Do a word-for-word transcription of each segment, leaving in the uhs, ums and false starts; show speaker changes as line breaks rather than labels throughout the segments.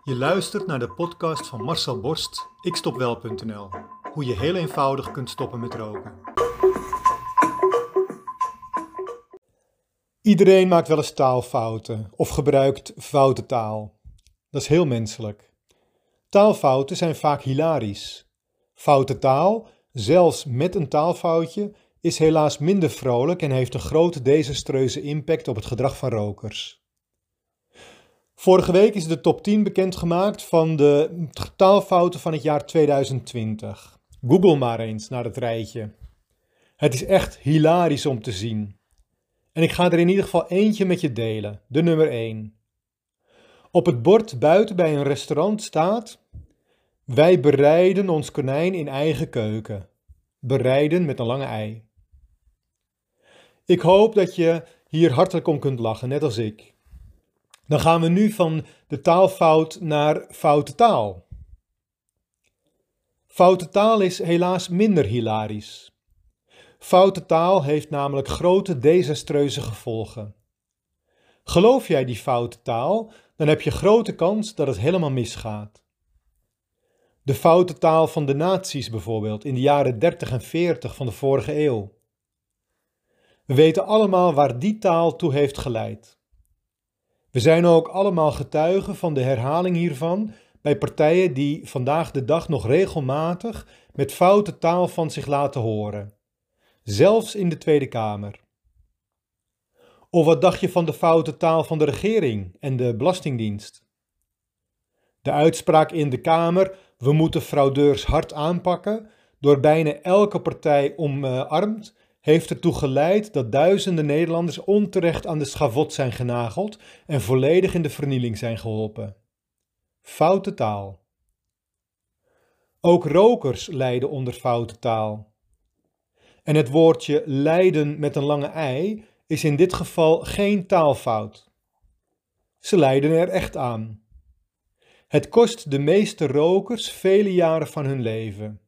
Je luistert naar de podcast van Marcel Borst, ikstopwel punt n l. Hoe je heel eenvoudig kunt stoppen met roken. Iedereen maakt wel eens taalfouten of gebruikt foute taal. Dat is heel menselijk. Taalfouten zijn vaak hilarisch. Foute taal, zelfs met een taalfoutje, is helaas minder vrolijk en heeft een grote desastreuze impact op het gedrag van rokers. Vorige week is de top tien bekendgemaakt van de taalfouten van het jaar tweeduizend twintig. Google maar eens naar het rijtje. Het is echt hilarisch om te zien. En ik ga er in ieder geval eentje met je delen, de nummer één. Op het bord buiten bij een restaurant staat: wij bereiden ons konijn in eigen keuken. Bereiden met een lange ei. Ik hoop dat je hier hartelijk om kunt lachen, net als ik. Dan gaan we nu van de taalfout naar foute taal. Foute taal is helaas minder hilarisch. Foute taal heeft namelijk grote desastreuze gevolgen. Geloof jij die foute taal, dan heb je grote kans dat het helemaal misgaat. De foute taal van de nazi's bijvoorbeeld in de jaren dertig en veertig van de vorige eeuw. We weten allemaal waar die taal toe heeft geleid. We zijn ook allemaal getuigen van de herhaling hiervan bij partijen die vandaag de dag nog regelmatig met foute taal van zich laten horen. Zelfs in de Tweede Kamer. Of wat dacht je van de foute taal van de regering en de Belastingdienst? De uitspraak in de Kamer: we moeten fraudeurs hard aanpakken, door bijna elke partij omarmd, heeft ertoe geleid dat duizenden Nederlanders onterecht aan de schavot zijn genageld en volledig in de vernieling zijn geholpen. Foute taal. Ook rokers lijden onder foute taal. En het woordje lijden met een lange ei is in dit geval geen taalfout. Ze lijden er echt aan. Het kost de meeste rokers vele jaren van hun leven.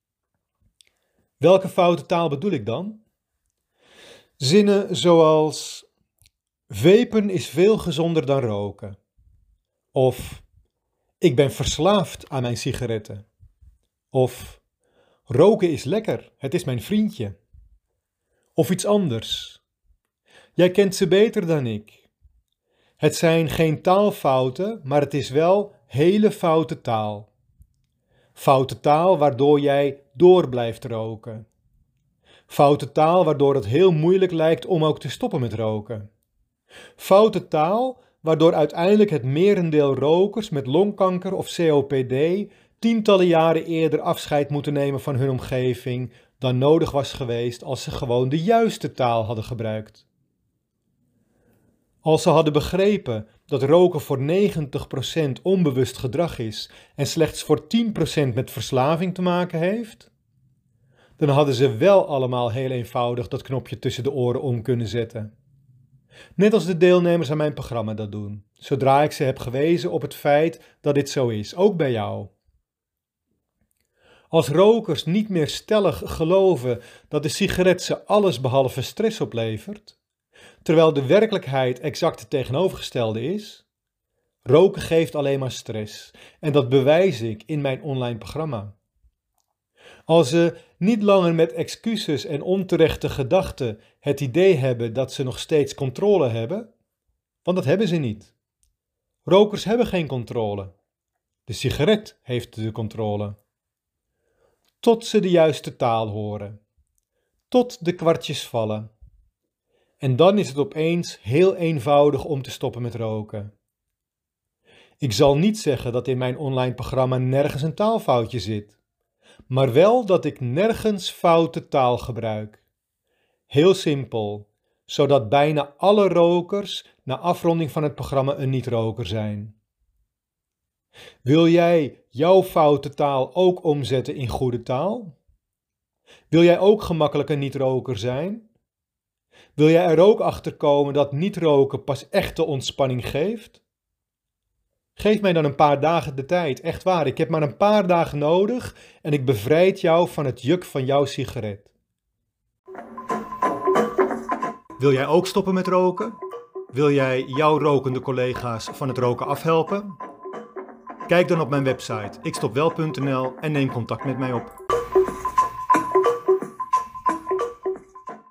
Welke foute taal bedoel ik dan? Zinnen zoals: vapen is veel gezonder dan roken. Of: ik ben verslaafd aan mijn sigaretten. Of: roken is lekker, het is mijn vriendje. Of iets anders. Jij kent ze beter dan ik. Het zijn geen taalfouten, maar het is wel hele foute taal. Foute taal waardoor jij door blijft roken. Foute taal waardoor het heel moeilijk lijkt om ook te stoppen met roken. Foute taal waardoor uiteindelijk het merendeel rokers met longkanker of C O P D tientallen jaren eerder afscheid moeten nemen van hun omgeving dan nodig was geweest als ze gewoon de juiste taal hadden gebruikt. Als ze hadden begrepen dat roken voor negentig procent onbewust gedrag is en slechts voor tien procent met verslaving te maken heeft, dan hadden ze wel allemaal heel eenvoudig dat knopje tussen de oren om kunnen zetten. Net als de deelnemers aan mijn programma dat doen, zodra ik ze heb gewezen op het feit dat dit zo is, ook bij jou. Als rokers niet meer stellig geloven dat de sigaret ze alles behalve stress oplevert, terwijl de werkelijkheid exact het tegenovergestelde is, roken geeft alleen maar stress en dat bewijs ik in mijn online programma. Als ze niet langer met excuses en onterechte gedachten het idee hebben dat ze nog steeds controle hebben, want dat hebben ze niet. Rokers hebben geen controle. De sigaret heeft de controle. Tot ze de juiste taal horen. Tot de kwartjes vallen. En dan is het opeens heel eenvoudig om te stoppen met roken. Ik zal niet zeggen dat in mijn online programma nergens een taalfoutje zit. Maar wel dat ik nergens foute taal gebruik. Heel simpel, zodat bijna alle rokers na afronding van het programma een niet-roker zijn. Wil jij jouw foute taal ook omzetten in goede taal? Wil jij ook gemakkelijk een niet-roker zijn? Wil jij er ook achter komen dat niet-roken pas echte ontspanning geeft? Geef mij dan een paar dagen de tijd, echt waar. Ik heb maar een paar dagen nodig en ik bevrijd jou van het juk van jouw sigaret. Wil jij ook stoppen met roken? Wil jij jouw rokende collega's van het roken afhelpen? Kijk dan op mijn website ik stop wel punt n l en neem contact met mij op.